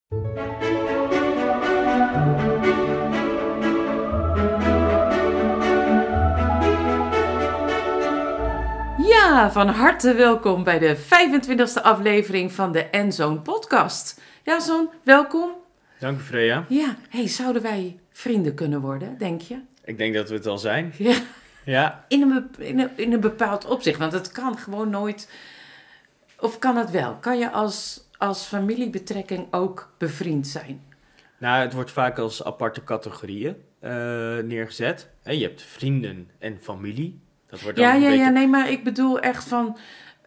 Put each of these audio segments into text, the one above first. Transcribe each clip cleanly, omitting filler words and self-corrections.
Ja, van harte welkom bij de 25e aflevering van de Enzoon podcast. Ja, Zon, welkom. Dank u, Freya. Ja, zouden wij vrienden kunnen worden, denk je? Ik denk dat we het al zijn. Ja. Ja. In een bepaald opzicht, want het kan gewoon nooit... Of kan het wel? Kan je als familiebetrekking ook bevriend zijn? Nou, het wordt vaak als aparte categorieën neergezet. Je hebt vrienden en familie. Dat wordt dan nee, maar ik bedoel echt van...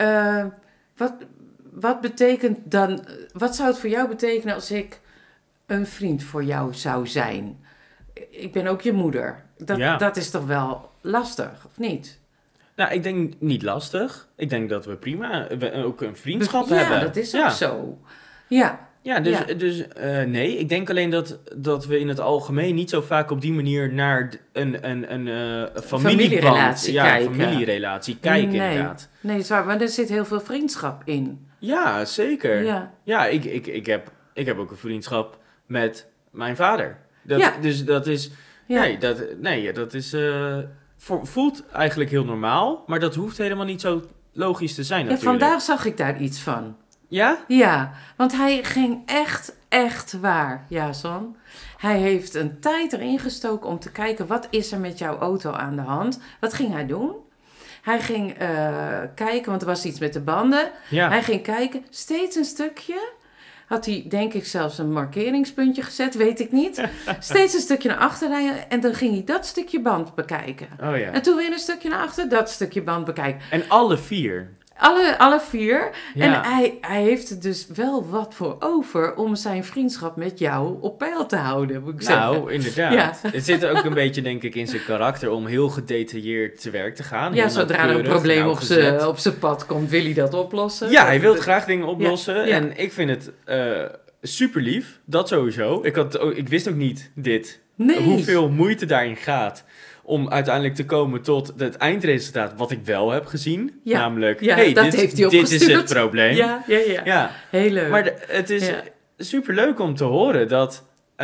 Wat betekent dan... Wat zou het voor jou betekenen als ik een vriend voor jou zou zijn? Ik ben ook je moeder. Dat is toch wel lastig, of niet? Nou, ik denk niet lastig. Ik denk dat we prima ook een vriendschap hebben. Ja, dat is ook zo. Ja. Ja, dus nee. Ik denk alleen dat we in het algemeen niet zo vaak op die manier naar een familierelatie kijken. Familierelatie kijken, inderdaad. Nee, zwaar, maar er zit heel veel vriendschap in. Ja, zeker. Ja, ik heb ook een vriendschap met mijn vader. Dus dat is... Ja. Dat is... voelt eigenlijk heel normaal, maar dat hoeft helemaal niet zo logisch te zijn natuurlijk. Ja, vandaag zag ik daar iets van. Ja? Ja, want hij ging echt waar, Jason. Hij heeft een tijd erin gestoken om te kijken, wat is er met jouw auto aan de hand? Wat ging hij doen? Hij ging kijken, want er was iets met de banden. Ja. Hij ging kijken, steeds een stukje. Had hij, denk ik, zelfs een markeringspuntje gezet, weet ik niet. Steeds een stukje naar achter rijden en dan ging hij dat stukje band bekijken. Oh ja. En toen weer een stukje naar achter, dat stukje band bekijken. En alle vier? Alle vier. Ja. En hij heeft er dus wel wat voor over om zijn vriendschap met jou op peil te houden, moet ik zeggen. Nou, inderdaad. Ja. Het zit ook een beetje, denk ik, in zijn karakter om heel gedetailleerd te werk te gaan. Ja, zodra er een probleem op zijn pad komt, wil hij dat oplossen. Ja, hij wil graag dingen oplossen. Ja. En ik vind het super lief. Dat sowieso. Ik wist ook niet dit. Nee. Hoeveel moeite daarin gaat om uiteindelijk te komen tot het eindresultaat wat ik wel heb gezien. Ja. Namelijk, dit is het probleem. Ja. Heel leuk. Maar het is super leuk om te horen dat,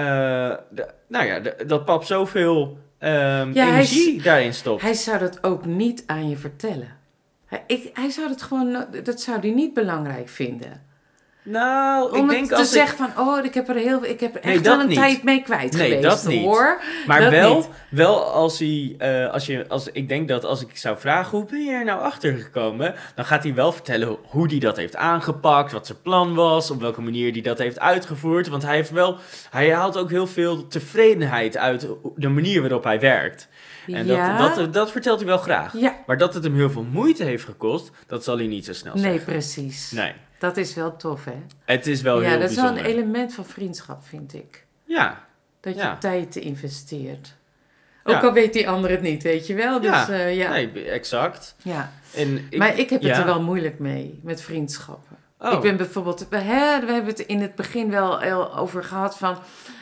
dat pap zoveel energie daarin stopt. Hij zou dat ook niet aan je vertellen. Hij zou het gewoon, dat zou hij niet belangrijk vinden. Nou, om ik denk te zeggen van, ik heb er echt wel een tijd mee kwijt geweest, dat niet. Hoor. Maar dat wel als ik denk dat als ik zou vragen, hoe ben je er nou achter gekomen? Dan gaat hij wel vertellen hoe hij dat heeft aangepakt, wat zijn plan was, op welke manier hij dat heeft uitgevoerd. Want hij haalt ook heel veel tevredenheid uit de manier waarop hij werkt. En dat vertelt hij wel graag. Ja. Maar dat het hem heel veel moeite heeft gekost, dat zal hij niet zo snel zeggen. Nee, precies. Nee. Dat is wel tof, hè? Het is wel heel bijzonder. Ja, dat is wel een element van vriendschap, vind ik. Ja. Dat je tijd investeert. Ook al weet die ander het niet, weet je wel. Dus, nee, exact. Ja. Maar ik heb het er wel moeilijk mee, met vriendschappen. Oh. Ik ben bijvoorbeeld... We hebben het in het begin wel heel over gehad van...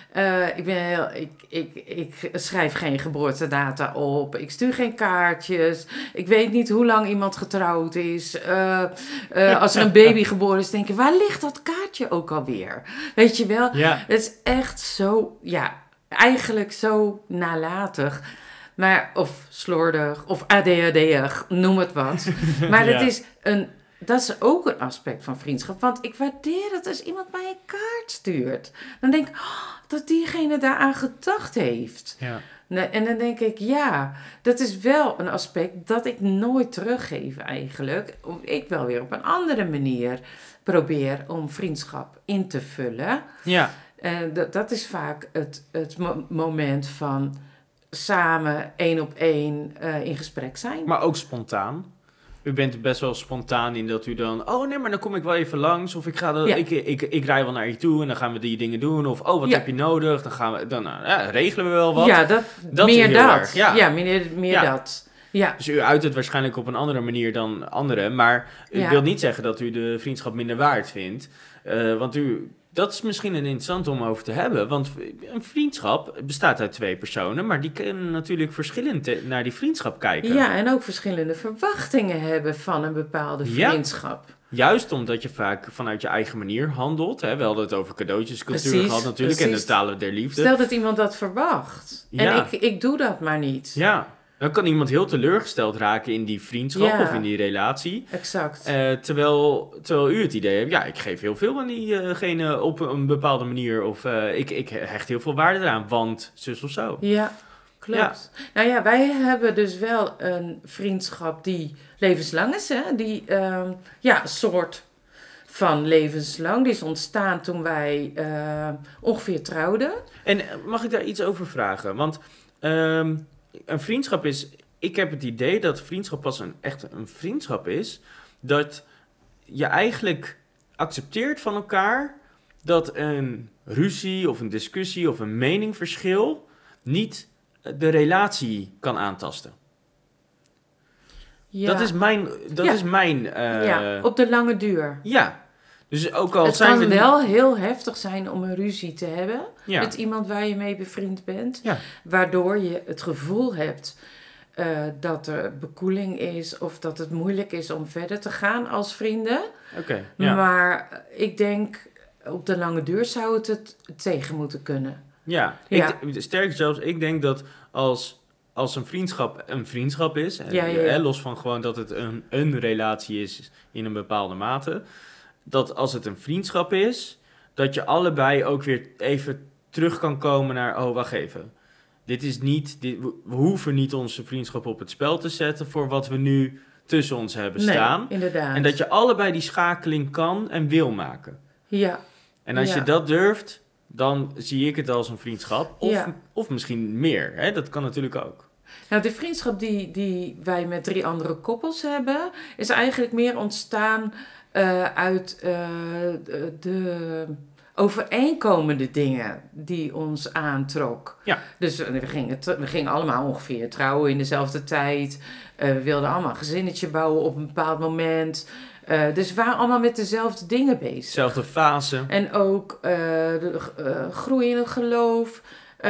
Ik schrijf geen geboortedata op. Ik stuur geen kaartjes. Ik weet niet hoe lang iemand getrouwd is. Als er een baby geboren is, denk ik, waar ligt dat kaartje ook alweer? Weet je wel? Ja. Het is echt zo, eigenlijk zo nalatig. Maar, of slordig, of ADHD'ig, noem het wat. Maar dat is ook een aspect van vriendschap. Want ik waardeer het als iemand mij een kaart stuurt. Dan denk ik dat diegene daaraan gedacht heeft. Ja. En dan denk ik, dat is wel een aspect dat ik nooit teruggeef eigenlijk. Of ik wel weer op een andere manier probeer om vriendschap in te vullen. Ja. En dat is vaak het moment van samen 1 op 1 in gesprek zijn. Maar ook spontaan. U bent best wel spontaan in dat u dan... Oh nee, maar dan kom ik wel even langs. Of ik rij wel naar je toe en dan gaan we die dingen doen. Of wat heb je nodig? Dan regelen we wel wat. Ja, dat meer dat. Erg, meer dat. Ja. Dus u uit het waarschijnlijk op een andere manier dan anderen. Maar u wil niet zeggen dat u de vriendschap minder waard vindt. Want dat is misschien een interessant om over te hebben. Want een vriendschap bestaat uit 2 personen. Maar die kunnen natuurlijk verschillend naar die vriendschap kijken. Ja, en ook verschillende verwachtingen hebben van een bepaalde vriendschap. Juist omdat je vaak vanuit je eigen manier handelt. Hè? We hadden het over cadeautjescultuur Precies, gehad natuurlijk. En de talen der liefde. Stel dat iemand dat verwacht. Ja. En ik doe dat maar niet. Ja, dan kan iemand heel teleurgesteld raken in die vriendschap Ja. of in die relatie. Exact. Terwijl u het idee hebt, ja, ik geef heel veel aan diegene op een bepaalde manier. Of ik hecht heel veel waarde eraan, want zus of zo. Ja, klopt. Nou ja, wij hebben dus wel een vriendschap die levenslang is. Hè? Die, een soort van levenslang. Die is ontstaan toen wij ongeveer trouwden. En mag ik daar iets over vragen? Want een vriendschap is... Ik heb het idee dat vriendschap pas echt een vriendschap is... dat je eigenlijk accepteert van elkaar... dat een ruzie of een discussie of een meningverschil... niet de relatie kan aantasten. Ja. Dat is mijn... Op de lange duur. Ja. Dus ook al Het zijn kan we wel heel heftig zijn om een ruzie te hebben Ja. met iemand waar je mee bevriend bent. Ja. Waardoor je het gevoel hebt dat er bekoeling is of dat het moeilijk is om verder te gaan als vrienden. Oké, ja. Maar ik denk op de lange duur zou het tegen moeten kunnen. Ja, Ja. Sterker zelfs, ik denk dat als een vriendschap is, Ja. los van gewoon dat het een relatie is in een bepaalde mate, dat als het een vriendschap is, dat je allebei ook weer even terug kan komen naar, oh, wacht even. We hoeven niet onze vriendschap op het spel te zetten voor wat we nu tussen ons hebben staan. Nee, inderdaad. En dat je allebei die schakeling kan en wil maken. Ja. En als je dat durft, dan zie ik het als een vriendschap. Of misschien meer. Hè? Dat kan natuurlijk ook. Nou, de vriendschap die wij met 3 andere koppels hebben, is eigenlijk meer ontstaan uit de overeenkomende dingen die ons aantrok. Ja. Dus we gingen allemaal ongeveer trouwen in dezelfde tijd. We wilden allemaal een gezinnetje bouwen op een bepaald moment. Dus we waren allemaal met dezelfde dingen bezig. Zelfde fase. En ook groei in het geloof.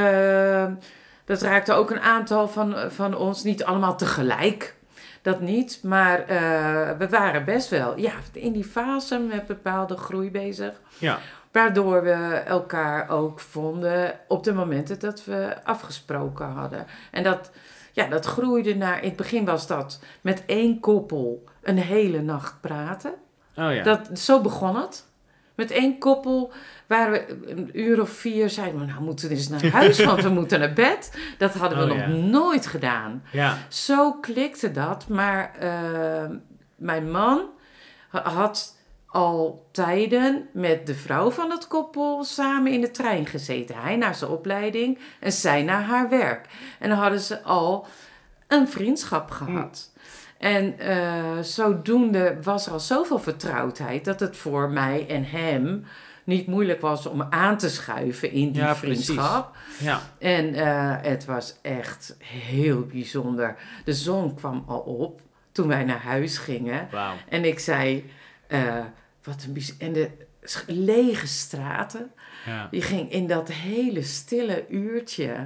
Dat raakte ook een aantal van ons, niet allemaal tegelijk. Dat niet, maar we waren best wel in die fase met bepaalde groei bezig. Ja. Waardoor we elkaar ook vonden op de momenten dat we afgesproken hadden. En dat groeide naar... In het begin was dat met 1 koppel een hele nacht praten. Oh ja. Zo begon het. Met 1 koppel waren we een uur of 4... zeiden we, nou moeten we eens naar huis, want we moeten naar bed. Dat hadden we nog nooit gedaan. Ja. Zo klikte dat. Maar mijn man had al tijden met de vrouw van het koppel samen in de trein gezeten. Hij naar zijn opleiding en zij naar haar werk. En dan hadden ze al een vriendschap gehad. En zodoende was er al zoveel vertrouwdheid dat het voor mij en hem niet moeilijk was om aan te schuiven in die vriendschap. Ja. En het was echt heel bijzonder. De zon kwam al op toen wij naar huis gingen. Wauw. En ik zei, wat een en de lege straten. Ja. Die ging in dat hele stille uurtje,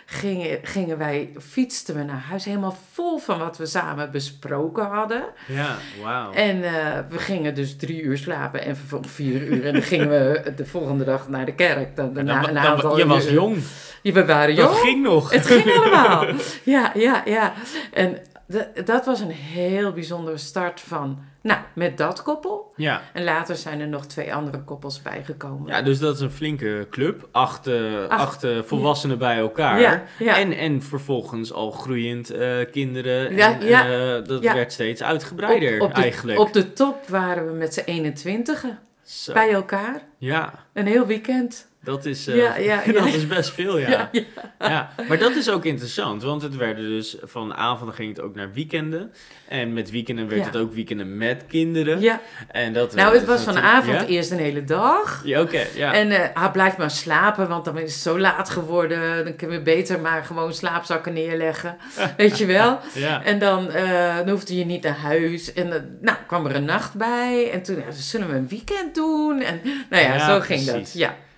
fietsten we naar huis, helemaal vol van wat we samen besproken hadden. Ja, wauw. En we gingen dus 3 uur slapen en vervolgens 4 uur. En dan gingen we de volgende dag naar de kerk. Je was jong. Ja, we waren jong. Dat ging nog. Het ging allemaal. Ja. En dat was een heel bijzondere start van, met dat koppel. Ja. En later zijn er nog 2 andere koppels bijgekomen. Ja, dus dat is een flinke club. 8 volwassenen bij elkaar. Ja. En vervolgens al groeiend kinderen. Dat werd steeds uitgebreider eigenlijk. Op de top waren we met z'n 21 Zo. bij elkaar. Ja. Een heel weekend. Dat is, dat is best veel, ja. Maar dat is ook interessant, want het werden dus van avonden ging het ook naar weekenden. En met weekenden werd het ook weekenden met kinderen. Ja. En dat, het was vanavond eerst een hele dag. Ja, oké. Ja. En blijf maar slapen, want dan is het zo laat geworden. Dan kunnen we beter maar gewoon slaapzakken neerleggen. Weet je wel? Ja. En dan hoefde je niet naar huis. En kwam er een nacht bij. En toen zullen we een weekend doen. En zo ging precies. dat. Ja.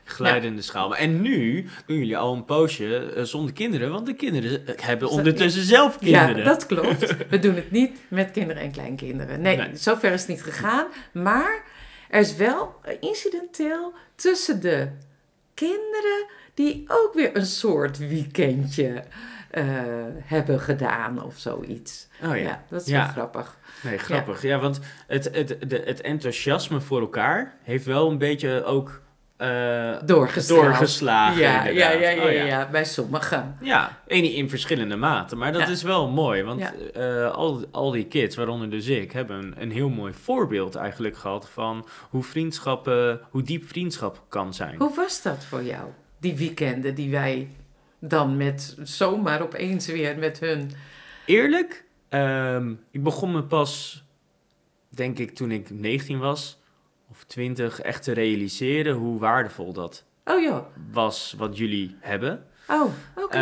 Glijdende schaal. En nu doen jullie al een poosje zonder kinderen, want de kinderen hebben ondertussen zelf kinderen. Ja, dat klopt. We doen het niet met kinderen en kleinkinderen. Nee, zover is het niet gegaan. Maar er is wel incidenteel tussen de kinderen die ook weer een soort weekendje hebben gedaan of zoiets. Oh ja. Dat is wel grappig. Nee, grappig. Ja, want het enthousiasme voor elkaar heeft wel een beetje ook doorgeslagen. Ja, bij sommigen. Ja, in verschillende maten. Maar dat is wel mooi, want al die kids, waaronder dus ik, hebben een heel mooi voorbeeld eigenlijk gehad van hoe diep vriendschap kan zijn. Hoe was dat voor jou? Die weekenden die wij dan met zomaar opeens weer met hun... Eerlijk, ik begon me pas, denk ik, toen ik 19 was of 20, echt te realiseren hoe waardevol dat was wat jullie hebben. Oh, oké.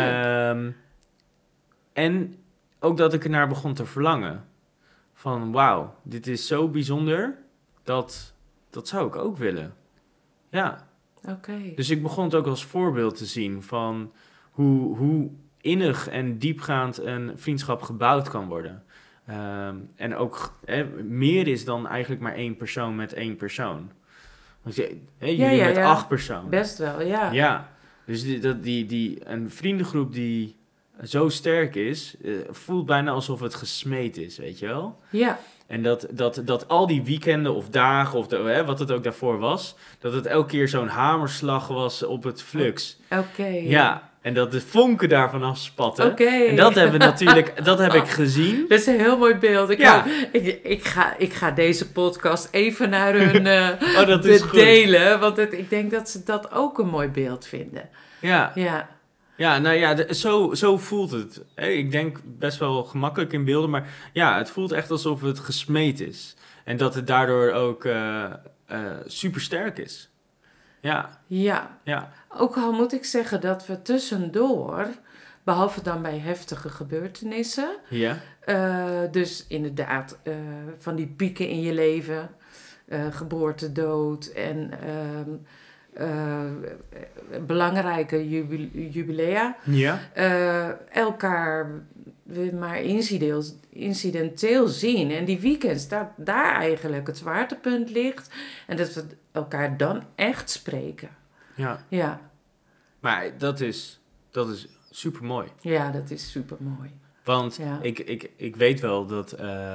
En ook dat ik ernaar begon te verlangen. Van wauw, dit is zo bijzonder, dat zou ik ook willen. Ja. Oké. Dus ik begon het ook als voorbeeld te zien van hoe innig en diepgaand een vriendschap gebouwd kan worden. En ook meer is dan eigenlijk maar één persoon met één persoon. Want jullie met 8 personen. Best wel, ja. Ja, dus een vriendengroep die zo sterk is, voelt bijna alsof het gesmeed is, weet je wel? Ja. En dat al die weekenden of dagen, of wat het ook daarvoor was, dat het elke keer zo'n hamerslag was op het flux. Oké. Ja, en dat de vonken daarvan afspatten. Oké. En dat hebben we natuurlijk, dat heb ik gezien. Dat is een heel mooi beeld. Ik ga deze podcast even naar hun dat is delen, want ik denk dat ze dat ook een mooi beeld vinden. Ja. Ja. Ja, nou ja, zo voelt het. Ik denk best wel gemakkelijk in beelden, maar ja, het voelt echt alsof het gesmeed is. En dat het daardoor ook super sterk is. Ja. Ja. Ook al moet ik zeggen dat we tussendoor, behalve dan bij heftige gebeurtenissen, dus inderdaad van die pieken in je leven, geboorte, dood en belangrijke jubilea, elkaar maar incidenteel zien. En die weekends, daar eigenlijk het zwaartepunt ligt. En dat we elkaar dan echt spreken. Ja. Maar dat is super mooi. Ja, dat is super mooi. Want ik weet wel dat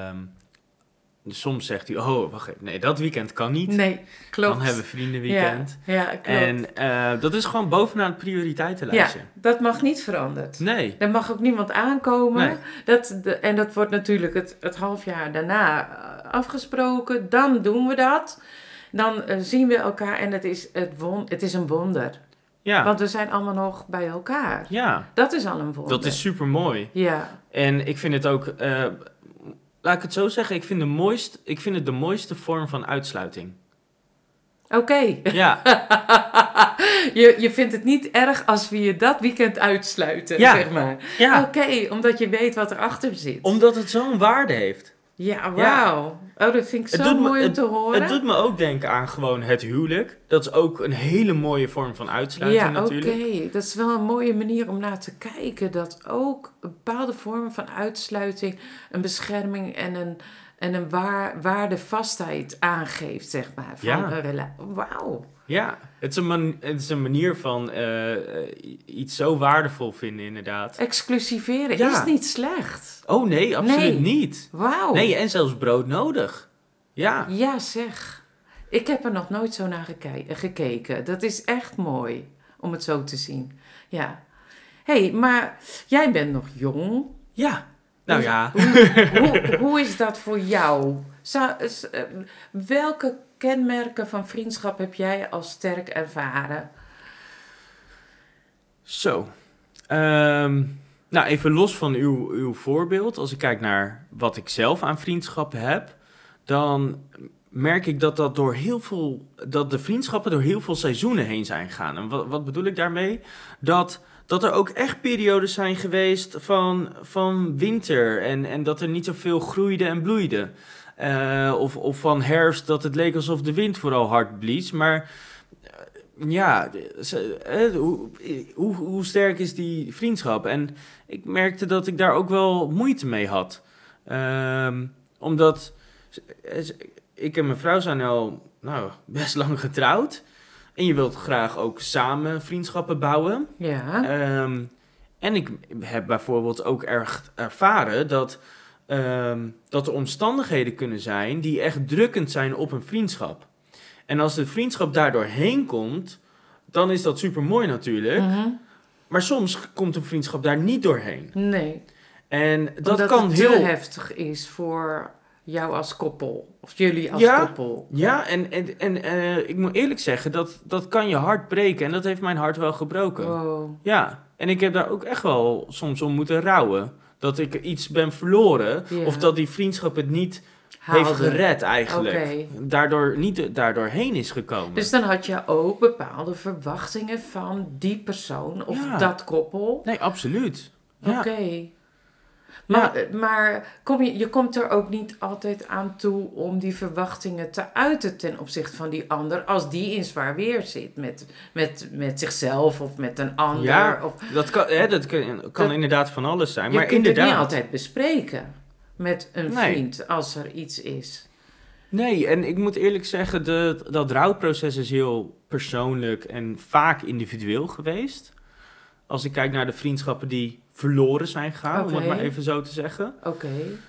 soms zegt hij, wacht even, nee, dat weekend kan niet. Nee, klopt. Dan hebben we vriendenweekend. Ja, klopt. En dat is gewoon bovenaan het prioriteitenlijstje. Ja, dat mag niet veranderd. Nee. Er mag ook niemand aankomen. Nee. En dat wordt natuurlijk het halfjaar daarna afgesproken. Dan doen we dat. Dan zien we elkaar en het is een wonder. Ja. Want we zijn allemaal nog bij elkaar. Ja. Dat is al een wonder. Dat is super mooi. Ja. En ik vind het ook, laat ik het zo zeggen, ik vind het de mooiste vorm van uitsluiting. Oké. Ja. Je vindt het niet erg als we je dat weekend uitsluiten, zeg maar. Ja. Oké, omdat je weet wat erachter zit. Omdat het zo'n waarde heeft. Ja, wauw. Ja. Dat vind ik zo mooi om te horen. Het doet me ook denken aan gewoon het huwelijk. Dat is ook een hele mooie vorm van uitsluiting natuurlijk. Ja, oké. Dat is wel een mooie manier om naar te kijken. Dat ook bepaalde vormen van uitsluiting een bescherming en een waardevastheid aangeeft, zeg maar. Van een relatie. Wauw. Ja, het is een manier van iets zo waardevol vinden, inderdaad. Exclusiveren is niet slecht. Oh nee, absoluut niet. Wauw. Nee, en zelfs broodnodig. Ja. Ja, zeg. Ik heb er nog nooit zo naar gekeken. Dat is echt mooi om het zo te zien. Ja. Hé, maar jij bent nog jong. Ja. Nou ja. Hoe is dat voor jou? Welke kenmerken van vriendschap heb jij als sterk ervaren? Zo. Nou, even los van uw voorbeeld. Als ik kijk naar wat ik zelf aan vriendschappen heb, dan merk ik dat de vriendschappen door heel veel seizoenen heen zijn gegaan. En wat bedoel ik daarmee? Dat er ook echt periodes zijn geweest van winter en dat er niet zoveel groeide en bloeide. Of van herfst dat het leek alsof de wind vooral hard blies. Maar ja, hoe sterk is die vriendschap? En ik merkte dat ik daar ook wel moeite mee had. Omdat ik en mijn vrouw zijn al best lang getrouwd. En je wilt graag ook samen vriendschappen bouwen. Ja. En ik heb bijvoorbeeld ook erg ervaren dat er omstandigheden kunnen zijn die echt drukkend zijn op een vriendschap. En als de vriendschap daardoor heen komt, dan is dat super mooi natuurlijk. Mm-hmm. Maar soms komt een vriendschap daar niet doorheen. Nee. En dat Omdat kan het heel te heftig is voor jou als koppel. Of jullie als koppel. Ja, en ik moet eerlijk zeggen, dat kan je hart breken. En dat heeft mijn hart wel gebroken. Wow. Ja, en ik heb daar ook echt wel soms om moeten rouwen. Dat ik iets ben verloren. Ja. Of dat die vriendschap het niet Haalde. heeft gered eigenlijk. Oké. Daardoor heen is gekomen. Dus dan had je ook bepaalde verwachtingen van die persoon of dat koppel. Nee, absoluut. Ja. Oké. Ja. Maar je komt er ook niet altijd aan toe om die verwachtingen te uiten ten opzichte van die ander, als die in zwaar weer zit met zichzelf of met een ander. Ja, of, dat kan inderdaad van alles zijn. je Maar kunt inderdaad. het niet altijd bespreken met een vriend als er iets is. Nee, en ik moet eerlijk zeggen, dat rouwproces is heel persoonlijk en vaak individueel geweest. Als ik kijk naar de vriendschappen die verloren zijn gegaan, om het maar even zo te zeggen. Oké.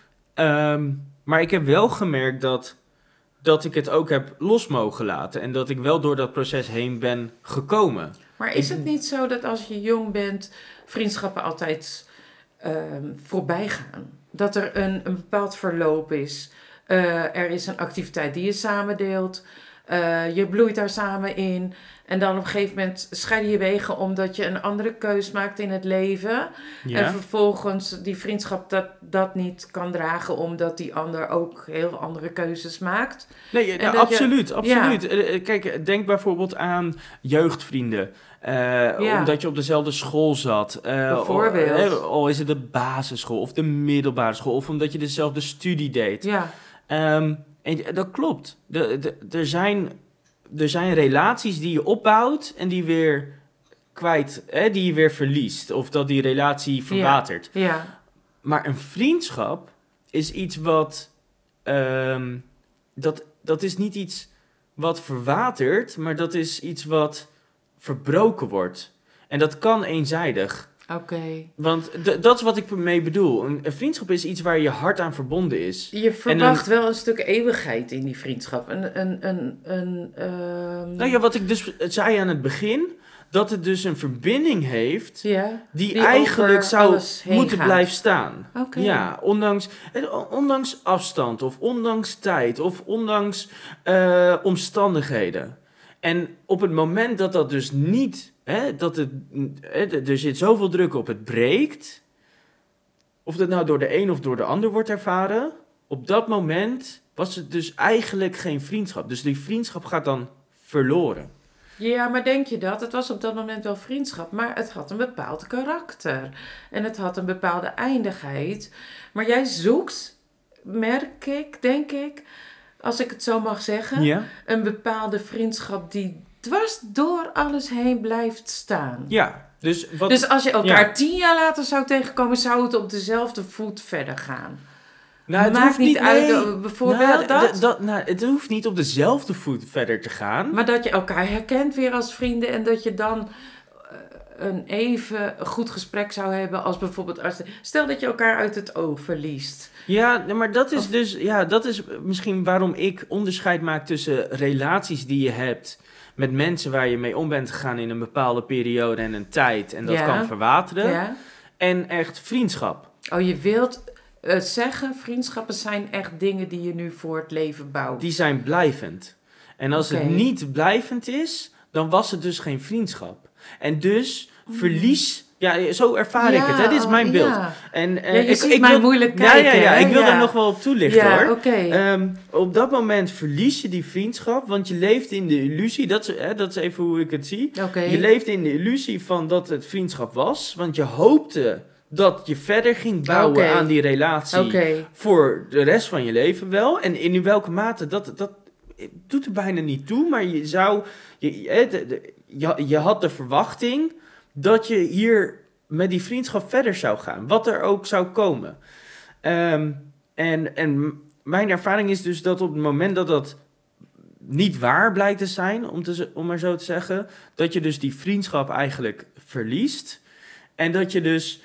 Maar ik heb wel gemerkt dat ik het ook heb los mogen laten. En dat ik wel door dat proces heen ben gekomen. Maar is het niet zo dat als je jong bent, vriendschappen altijd voorbij gaan? Dat er een bepaald verloop is. Er is een activiteit die je samen deelt. Je bloeit daar samen in. En dan op een gegeven moment scheiden je wegen omdat je een andere keus maakt in het leven. Ja. En vervolgens die vriendschap dat niet kan dragen omdat die ander ook heel andere keuzes maakt. Nee, absoluut. Kijk, denk bijvoorbeeld aan jeugdvrienden. Omdat je op dezelfde school zat. Bijvoorbeeld. Al is het de basisschool of de middelbare school. Of omdat je dezelfde studie deed. Ja. En dat klopt. Er zijn relaties die je opbouwt en die weer die je weer verliest. Of dat die relatie verwatert. Ja. Maar een vriendschap is iets wat... dat is niet iets wat verwatert, maar dat is iets wat verbroken wordt. En dat kan eenzijdig. Oké. Want dat is wat ik ermee bedoel. Een vriendschap is iets waar je hart aan verbonden is. Je verwacht wel een stuk eeuwigheid in die vriendschap. Nou ja, wat ik dus zei aan het begin, dat het dus een verbinding heeft die eigenlijk zou moeten blijven staan. Okay. Ja, ondanks afstand of ondanks tijd of ondanks omstandigheden. En op het moment dat dus niet... er zit zoveel druk op, het breekt. Of dat nou door de een of door de ander wordt ervaren. Op dat moment was het dus eigenlijk geen vriendschap. Dus die vriendschap gaat dan verloren. Ja, maar denk je dat? Het was op dat moment wel vriendschap, maar het had een bepaald karakter. En het had een bepaalde eindigheid. Maar jij zoekt, merk ik, denk ik, als ik het zo mag zeggen, een bepaalde vriendschap die dwars door alles heen blijft staan. Ja. Dus als je elkaar 10 jaar later zou tegenkomen, zou het op dezelfde voet verder gaan. Nou, het maakt niet uit, bijvoorbeeld het hoeft niet op dezelfde voet verder te gaan. Maar dat je elkaar herkent weer als vrienden en dat je dan een even goed gesprek zou hebben als bijvoorbeeld... Stel dat je elkaar uit het oog verliest. Ja, maar dat is dat is misschien waarom ik onderscheid maak tussen relaties die je hebt met mensen waar je mee om bent gegaan in een bepaalde periode en een tijd. En dat kan verwateren. Ja. En echt vriendschap. Oh, je wilt zeggen, vriendschappen zijn echt dingen die je nu voor het leven bouwt. Die zijn blijvend. En als het niet blijvend is, dan was het dus geen vriendschap. En dus verlies... Ja, zo ervaar ik het. Hè? Dit is mijn beeld. Ja. En, je ziet mij moeilijk kijken. Ja, ik wil er nog wel op toelichten hoor. Okay. Op dat moment verlies je die vriendschap, want je leeft in de illusie, dat is even hoe ik het zie. Okay. Je leeft in de illusie van dat het vriendschap was, want je hoopte dat je verder ging bouwen aan die relatie voor de rest van je leven wel. En in welke mate, het doet er bijna niet toe, maar je had de verwachting dat je hier met die vriendschap verder zou gaan. Wat er ook zou komen. En mijn ervaring is dus dat op het moment dat dat niet waar blijkt te zijn, om maar zo te zeggen, dat je dus die vriendschap eigenlijk verliest. En dat je dus...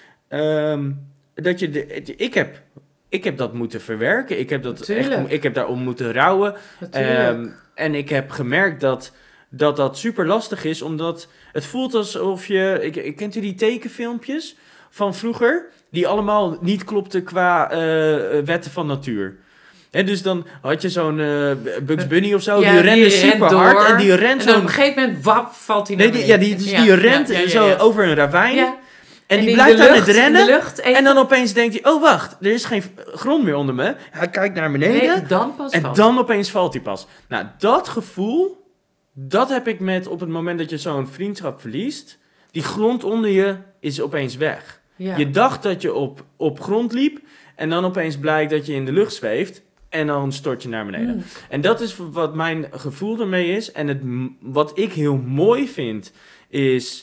Ik heb dat moeten verwerken. Ik heb daarom moeten rouwen. En ik heb gemerkt dat super lastig is, omdat het voelt alsof je... Kent u die tekenfilmpjes van vroeger? Die allemaal niet klopten qua wetten van natuur. En dus dan had je zo'n Bugs Bunny of zo, die rende super hard en die rent zo... En op een gegeven moment, valt hij naar beneden. Die rent zo over een ravijn. Ja. En die blijft aan het rennen. En dan opeens denkt hij, oh wacht, er is geen grond meer onder me. Hij kijkt naar beneden. Dan opeens valt hij pas. Nou, dat gevoel, dat heb ik op het moment dat je zo'n vriendschap verliest. Die grond onder je is opeens weg. Ja. Je dacht dat je op grond liep. En dan opeens blijkt dat je in de lucht zweeft. En dan stort je naar beneden. En dat is wat mijn gevoel ermee is. En wat ik heel mooi vind, is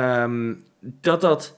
dat...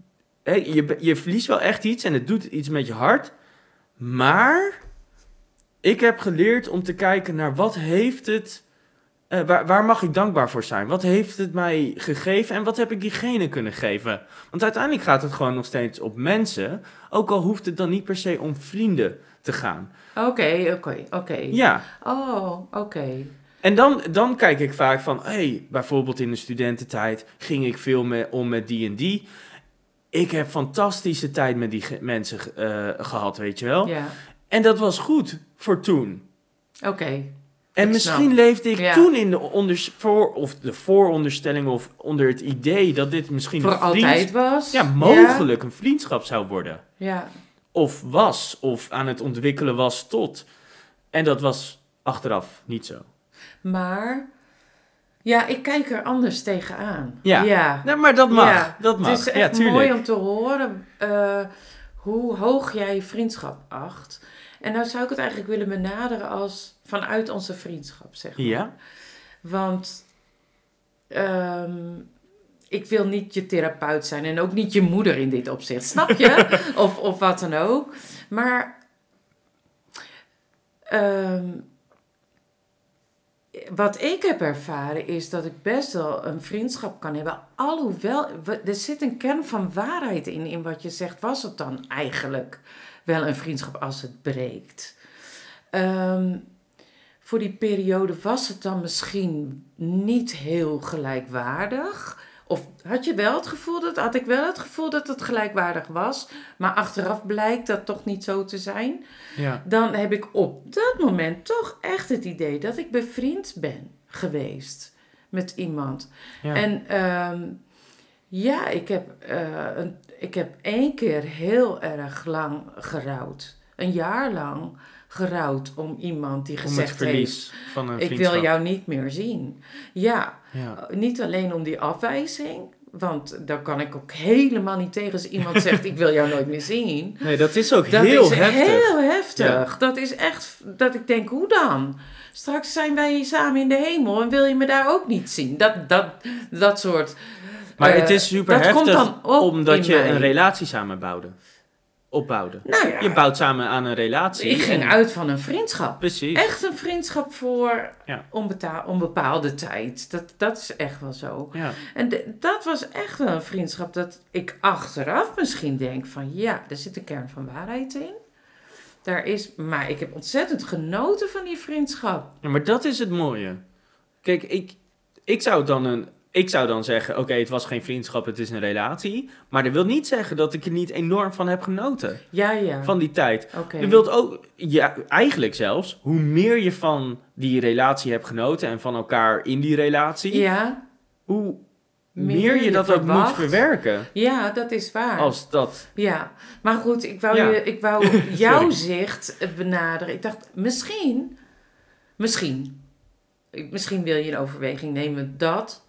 Je verliest wel echt iets en het doet iets met je hart. Maar ik heb geleerd om te kijken naar wat heeft het... waar mag ik dankbaar voor zijn? Wat heeft het mij gegeven en wat heb ik diegene kunnen geven? Want uiteindelijk gaat het gewoon nog steeds op mensen. Ook al hoeft het dan niet per se om vrienden te gaan. Oké. Ja. Oh, oké. En dan kijk ik vaak van... bijvoorbeeld in de studententijd ging ik veel om met die en die... Ik heb fantastische tijd met die mensen gehad, weet je wel. Ja. En dat was goed voor toen. Oké. En misschien leefde ik toen in de vooronderstelling of onder het idee dat dit misschien voor altijd was. Ja, mogelijk een vriendschap zou worden. Ja. Of was, of aan het ontwikkelen was tot. En dat was achteraf niet zo. Maar... Ja, ik kijk er anders tegenaan. Ja. Nou, maar dat mag. Ja. Dat mag. Het is echt mooi om te horen hoe hoog jij je vriendschap acht. En nou zou ik het eigenlijk willen benaderen als vanuit onze vriendschap, zeg maar. Ja. Want ik wil niet je therapeut zijn en ook niet je moeder in dit opzicht, snap je? of wat dan ook. Maar... wat ik heb ervaren is dat ik best wel een vriendschap kan hebben. Alhoewel, er zit een kern van waarheid in wat je zegt. Was het dan eigenlijk wel een vriendschap als het breekt? Voor die periode was het dan misschien niet heel gelijkwaardig. Of had ik wel het gevoel dat het gelijkwaardig was. Maar achteraf blijkt dat toch niet zo te zijn. Ja. Dan heb ik op dat moment toch echt het idee dat ik bevriend ben geweest met iemand. Ja. En ik heb 1 keer heel erg lang gerouwd. 1 jaar lang gerouwd om iemand die gezegd heeft... Om het verlies van een vriendschap. Ik wil jou niet meer zien. Ja, niet alleen om die afwijzing... Want daar kan ik ook helemaal niet tegen als iemand zegt... ik wil jou nooit meer zien. Nee, dat is ook heel heftig. Heel heftig. Ja. Dat is echt... Dat ik denk, hoe dan? Straks zijn wij samen in de hemel... en wil je me daar ook niet zien? Dat soort... Maar het is super heftig... omdat je een relatie samen opbouwde. Nou ja, je bouwt samen aan een relatie. Ik ging uit van een vriendschap. Precies. Echt een vriendschap voor onbepaalde tijd. Dat is echt wel zo. Ja. En dat was echt wel een vriendschap dat ik achteraf misschien denk van... ja, er zit een kern van waarheid in. Maar ik heb ontzettend genoten van die vriendschap. Ja, maar dat is het mooie. Kijk, ik zou dan zeggen, oké, het was geen vriendschap, het is een relatie. Maar dat wil niet zeggen dat ik er niet enorm van heb genoten. Ja. Van die tijd. Okay. Dat wilt ook, eigenlijk zelfs, hoe meer je van die relatie hebt genoten en van elkaar in die relatie, hoe meer je dat ook moet verwerken. Ja, dat is waar. Als dat. Ja, maar goed, ik wou jouw zicht benaderen. Ik dacht, misschien wil je een overweging nemen dat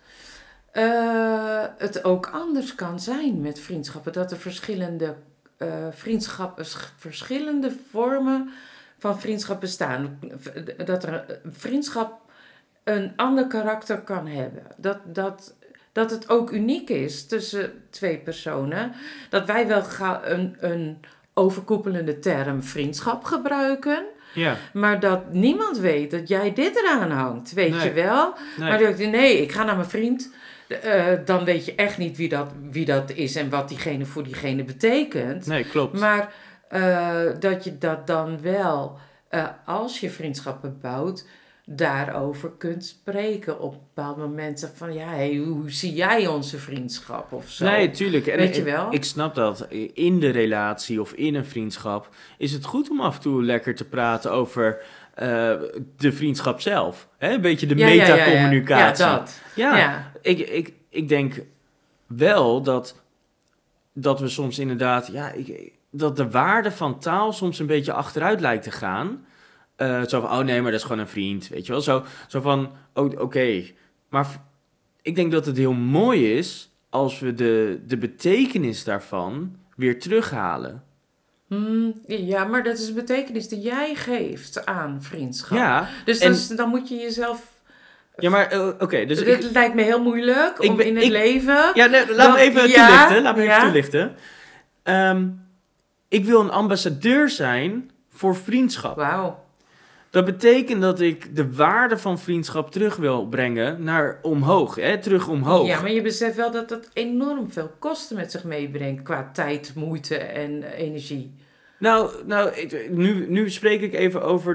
het ook anders kan zijn met vriendschappen. Dat er verschillende vormen van vriendschap bestaan. Dat er een vriendschap een ander karakter kan hebben. Dat het ook uniek is tussen twee personen. Dat wij wel een overkoepelende term vriendschap gebruiken. Ja. Maar dat niemand weet dat jij dit eraan hangt. Weet je wel? Nee. Maar dat ik ga naar mijn vriend. Dan weet je echt niet wie dat is en wat diegene voor diegene betekent. Nee, klopt. Maar dat je dat dan wel, als je vriendschappen bouwt, daarover kunt spreken op bepaalde momenten van hoe zie jij onze vriendschap of zo. Nee, tuurlijk. En weet je wel? Ik snap dat. In de relatie of in een vriendschap is het goed om af en toe lekker te praten over de vriendschap zelf. Hè? Een beetje de metacommunicatie. Ja, dat. Ja. Ik denk wel dat we soms inderdaad, dat de waarde van taal soms een beetje achteruit lijkt te gaan. Zo van, oh nee, maar dat is gewoon een vriend, weet je wel. Zo van, oké. Maar ik denk dat het heel mooi is als we de betekenis daarvan weer terughalen. Ja, maar dat is de betekenis die jij geeft aan vriendschap. Ja. Dus dan moet je jezelf... Ja, maar oké. Dus het lijkt me heel moeilijk om in het leven... Ja, nee, laat me even toelichten. Ik wil een ambassadeur zijn voor vriendschap. Wauw. Dat betekent dat ik de waarde van vriendschap terug wil brengen naar omhoog. Terug omhoog. Ja, maar je beseft wel dat dat enorm veel kosten met zich meebrengt qua tijd, moeite en energie. Nou, nu spreek ik even over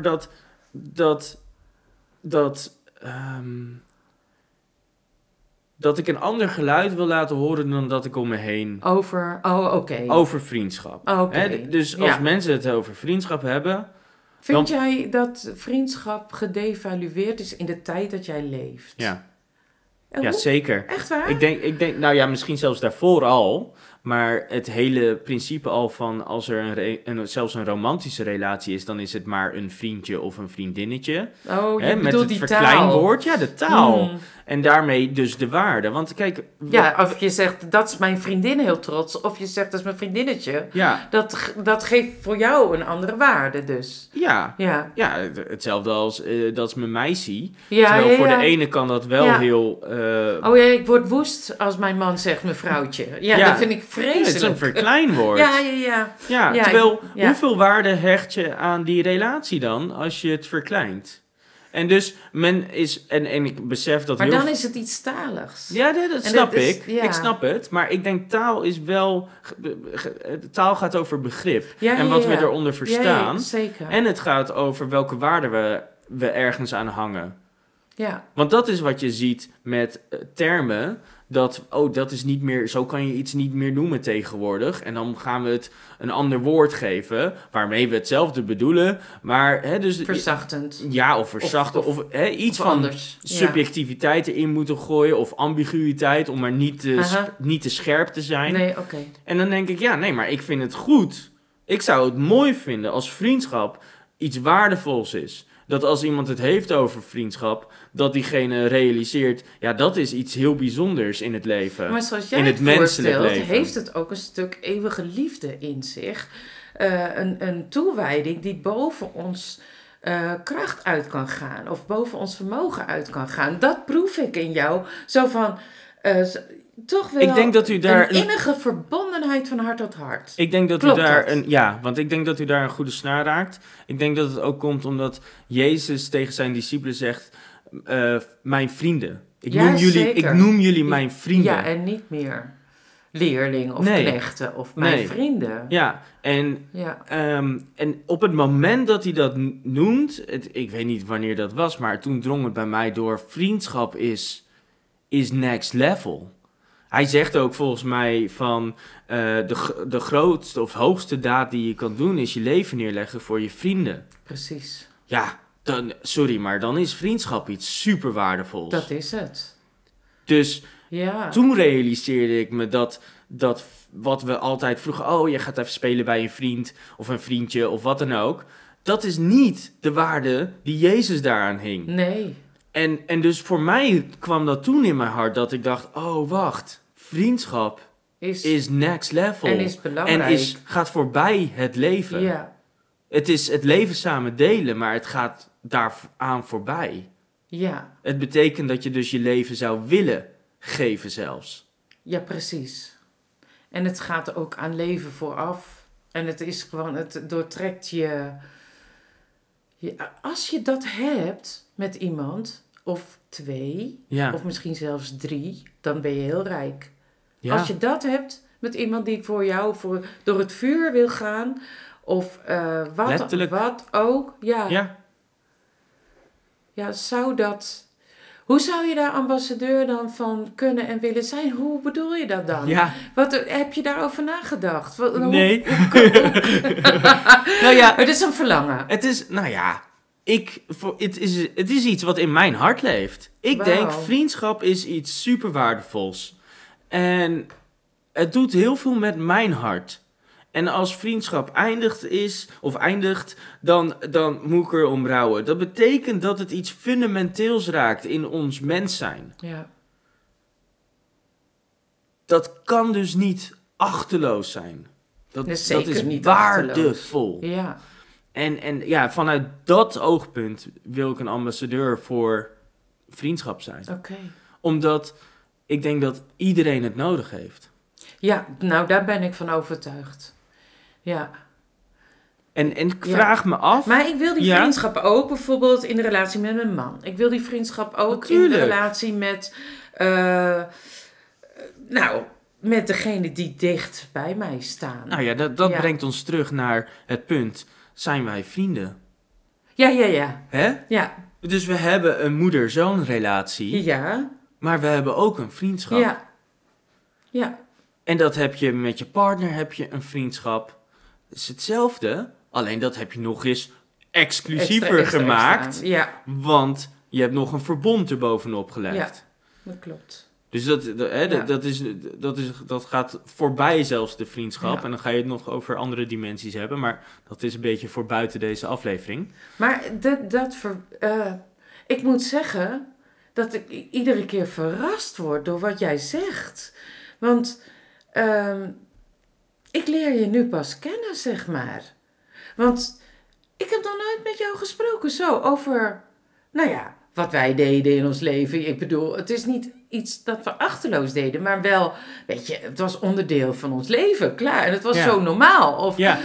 dat ik een ander geluid wil laten horen dan dat ik om me heen... Over vriendschap. Oké. Dus als mensen het over vriendschap hebben... Vind jij dat vriendschap gedevalueerd is in de tijd dat jij leeft? Ja. Ja, zeker. Echt waar? Ik denk, nou ja, misschien zelfs daarvoor al. Maar het hele principe al van als er zelfs een romantische relatie is, dan is het maar een vriendje of een vriendinnetje. Oh, je met bedoelt het die verkleinwoord, taal. Ja, de taal. En daarmee dus de waarde. Want kijk... Ja, of je zegt, dat is mijn vriendin heel trots. Of je zegt, dat is mijn vriendinnetje. Ja. Dat geeft voor jou een andere waarde dus. Ja, hetzelfde als dat is mijn meisje. Ja, terwijl voor de ene kan dat wel heel... ik word woest als mijn man zegt mevrouwtje. Ja, dat vind ik vreselijk. Het is een verkleinwoord. Ja, terwijl hoeveel waarde hecht je aan die relatie dan als je het verkleint? En dus men is... En ik besef dat... Maar dan is het iets taligs. Ja, dat snap ik. Ja. Ik snap het. Maar ik denk taal is wel... Taal gaat over begrip. En wat we eronder verstaan. Ja, zeker. En het gaat over welke waarden we ergens aan hangen. Ja. Want dat is wat je ziet met termen... dat is niet meer... Zo kan je iets niet meer noemen tegenwoordig. En dan gaan we het een ander woord geven... waarmee we hetzelfde bedoelen. Maar... dus, verzachtend. Ja, of verzachtend. Of iets van anders. Subjectiviteit erin moeten gooien... of ambiguïteit... om maar niet te scherp te zijn. Nee, oké. En dan denk ik... maar ik vind het goed. Ik zou het mooi vinden als vriendschap... iets waardevols is... Dat als iemand het heeft over vriendschap, dat diegene realiseert, dat is iets heel bijzonders in het leven. Maar zoals jij in het menselijk leven. Heeft het ook een stuk eeuwige liefde in zich. Een toewijding die boven ons kracht uit kan gaan. Of boven ons vermogen uit kan gaan. Dat proef ik in jou. Zo van... toch wel ik denk dat u daar een innige verbondenheid van hart tot hart. Ik denk dat Klopt u daar dat? Want ik denk dat u daar een goede snaar raakt. Ik denk dat het ook komt omdat Jezus tegen zijn discipelen zegt, mijn vrienden. Ik noem jullie mijn vrienden. Ja, en niet meer leerling of knechten of mijn vrienden. Ja, en op het moment dat hij dat noemt, ik weet niet wanneer dat was, maar toen drong het bij mij door, vriendschap is next level. Hij zegt ook volgens mij van de grootste of hoogste daad die je kan doen is je leven neerleggen voor je vrienden. Precies. Ja, maar dan is vriendschap iets super waardevols. Dat is het. Dus toen realiseerde ik me dat wat we altijd vroegen, je gaat even spelen bij een vriend of een vriendje of wat dan ook. Dat is niet de waarde die Jezus daaraan hing. Nee. En dus voor mij kwam dat toen in mijn hart dat ik dacht, wacht, vriendschap is next level. En is belangrijk. En gaat voorbij het leven. Ja. Het is het leven samen delen, maar het gaat daaraan voorbij. Ja, Het betekent dat je dus je leven zou willen geven zelfs. ja, precies. En het gaat ook aan leven vooraf. En het is gewoon, het doortrekt je. Als je dat hebt met iemand, of 2, Ja. of misschien zelfs 3, dan ben je heel rijk. Ja. Als je dat hebt met iemand die voor jou door het vuur wil gaan, of Letterlijk. wat ook, Ja. Ja, hoe zou je daar ambassadeur dan van kunnen en willen zijn? Hoe bedoel je dat dan? Ja. Heb je daarover nagedacht? Nee. Nou ja, Het is een verlangen. het is, nou ja, het is iets wat in mijn hart leeft. Ik Wauw. denk, vriendschap is iets super waardevols. En het doet heel veel met mijn hart. En als vriendschap eindigt, dan moet ik erom rouwen. Dat betekent dat het iets fundamenteels raakt in ons mens zijn. Ja, Dat kan dus niet achterloos zijn. Dat is zeker is niet waardevol. ja. En ja, vanuit dat oogpunt wil ik een ambassadeur voor vriendschap zijn. Oké. Omdat ik denk dat iedereen het nodig heeft. Ja, nou daar ben ik van overtuigd. Ja. En ik vraag me af... Maar ik wil die Ja. vriendschap ook bijvoorbeeld in de relatie met mijn man. Ik wil die vriendschap ook in Natuurlijk. de relatie met... met degene die dicht bij mij staan. Nou ja, dat Ja. brengt ons terug naar het punt. Zijn wij vrienden? Ja. Hè? Ja. Dus we hebben een moeder-zoon relatie. Ja. Maar we hebben ook een vriendschap. Ja. Ja. En dat heb je met je partner, heb je een vriendschap. Het is hetzelfde, alleen dat heb je nog eens exclusiever Extra, gemaakt. extra. Ja. Want je hebt nog een verbond erbovenop gelegd. Ja. Dat klopt. Dus dat gaat voorbij zelfs de vriendschap. Ja. En dan ga je het nog over andere dimensies hebben. Maar dat is een beetje voor buiten deze aflevering. Maar ik moet zeggen dat ik iedere keer verrast word door wat jij zegt. Want ik leer je nu pas kennen, zeg maar. Want ik heb nog nooit met jou gesproken zo over, nou ja, wat wij deden in ons leven. Ik bedoel, het is niet iets dat we achterloos deden, maar wel, weet je, het was onderdeel van ons leven, klaar. En het was zo normaal. Of Ja.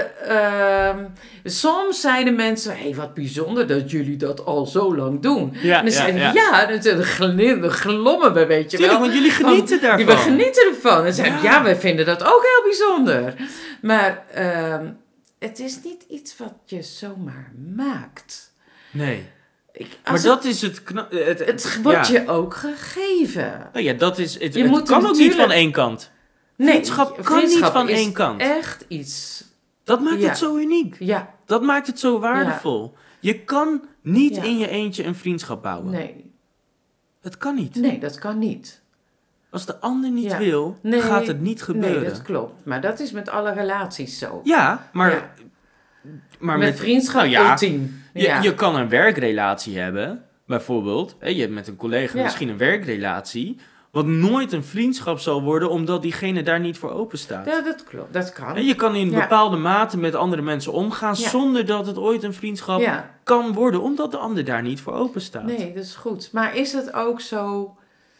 soms zeiden mensen, hé, wat bijzonder dat jullie dat al zo lang doen. Ja, En dan zeiden we, dan glommen we, weet je Tuurlijk, wel. want jullie genieten daarvan. We genieten ervan. En zeiden Ja. wij vinden dat ook heel bijzonder. Maar het is niet iets wat je zomaar maakt. Nee. Als Maar dat is het... het wordt je ook gegeven. Nou ja, dat is... Het moet kan ook niet natuurlijk- van één kant. Nee, Vriendschap kan niet van is één kant. echt iets. Dat maakt Ja. het zo uniek. Ja, Dat maakt het zo waardevol. Je kan niet Ja. in je eentje een vriendschap bouwen. nee. Het kan niet. Nee, dat kan niet. Als de ander niet Ja. wil, Nee, gaat het niet gebeuren. Nee, dat klopt. Maar dat is met alle relaties zo. Ja, maar, Ja. maar met vriendschap nou ja, ultiem. je kan een werkrelatie hebben, bijvoorbeeld. Je hebt met een collega Ja. misschien een werkrelatie, wat nooit een vriendschap zal worden, omdat diegene daar niet voor open staat. Ja, dat klopt. Dat kan. En je kan in Ja. bepaalde mate met andere mensen omgaan, Ja. zonder dat het ooit een vriendschap Ja, kan worden, omdat de ander daar niet voor open staat. nee, dat is goed. Maar is het ook zo...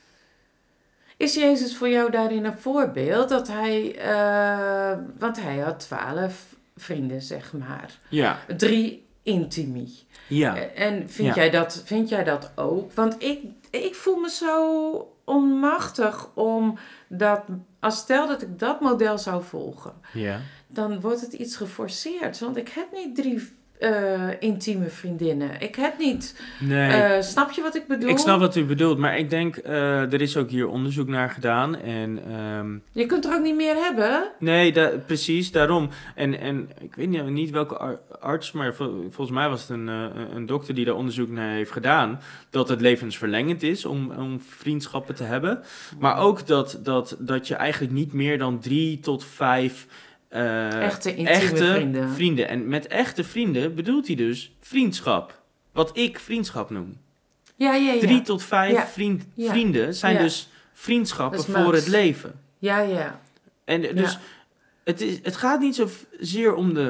Is Jezus voor jou daarin een voorbeeld? Dat hij... want hij had 12 vrienden, zeg maar. Ja, 3 intimi. ja. En vind jij dat ook? Want ik voel me zo onmachtig om dat... Stel dat ik dat model zou volgen, ja. dan wordt het iets geforceerd. Want ik heb niet 3 intieme vriendinnen. Ik heb niet... Nee. snap je wat ik bedoel? Ik snap wat u bedoelt, maar ik denk, er is ook hier onderzoek naar gedaan. En, Je kunt er ook niet meer hebben. nee, precies, daarom. En ik weet niet welke arts, maar volgens mij was het een dokter die daar onderzoek naar heeft gedaan. Dat het levensverlengend is om vriendschappen te hebben. Maar ook dat je eigenlijk niet meer dan 3 tot 5... Echte intieme vrienden. En met echte vrienden bedoelt hij dus vriendschap. Wat ik vriendschap noem. Ja. 3 tot 5 Ja. vrienden zijn Ja. dus vriendschappen Dat is voor max. het leven. Ja. En dus het gaat niet zozeer om de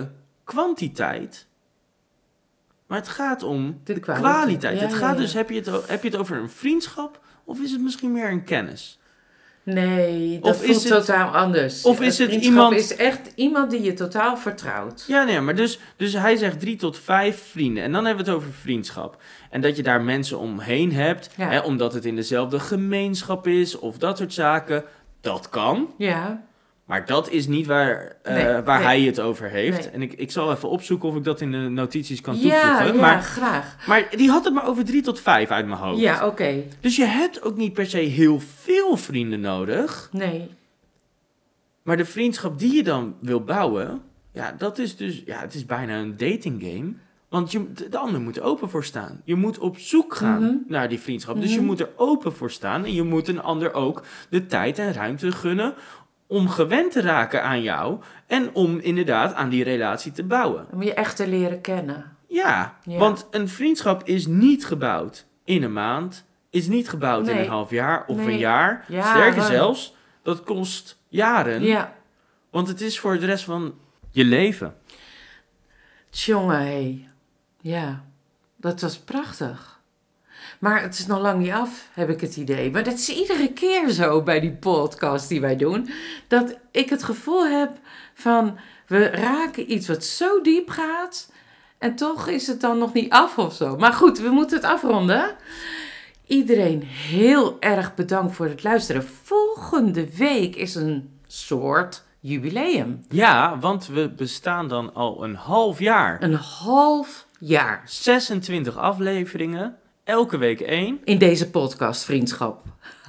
kwantiteit, maar het gaat om De kwaliteit. Ja, Het gaat ja. dus, heb je het over een vriendschap of is het misschien meer een kennis? Nee, dat Of is voelt het- totaal anders. of is het Vriendschap iemand- is echt iemand die je totaal vertrouwt. Ja, nee, maar dus hij zegt 3 tot 5 vrienden. En dan hebben we het over vriendschap. En dat je daar mensen omheen hebt, Ja. hè, omdat het in dezelfde gemeenschap is of dat soort zaken. Dat kan, Ja, maar dat is niet waar Nee, hij het over heeft. Nee. En ik zal even opzoeken of ik dat in de notities kan ja, toevoegen. ja, graag. Maar die had het maar over 3 tot 5 uit mijn hoofd. Ja, oké. Dus je hebt ook niet per se heel veel vrienden nodig. Nee. Maar de vriendschap die je dan wil bouwen, ja, dat is dus, ja, het is bijna een dating game. Want de ander moet er open voor staan. Je moet op zoek gaan Mhm. naar die vriendschap. Dus je Mhm. moet er open voor staan. En je moet een ander ook de tijd en ruimte gunnen om gewend te raken aan jou. En om inderdaad aan die relatie te bouwen. Dan moet je echt te leren kennen. Ja, Ja. want een vriendschap is niet gebouwd in een maand. Is niet gebouwd in Nee. een half jaar of Nee. een jaar. Ja, Sterker maar- zelfs, dat kost jaren. Ja. Want het is voor de rest van je leven. Tjonge, hé. Ja, dat was prachtig. Maar het is nog lang niet af, heb ik het idee. Maar dat is iedere keer zo bij die podcast die wij doen. Dat ik het gevoel heb van, we raken iets wat zo diep gaat. En toch is het dan nog niet af of zo. Maar goed, we moeten het afronden. Iedereen heel erg bedankt voor het luisteren. Volgende week is een soort jubileum. Ja, want we bestaan dan al een half jaar. Een half jaar 26 afleveringen, elke week 1. in deze podcast, vriendschap.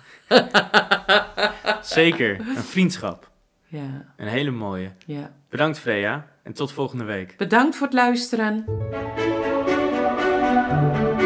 Zeker, een vriendschap. Ja, Een hele mooie. ja. Bedankt Freya en tot volgende week. Bedankt voor het luisteren.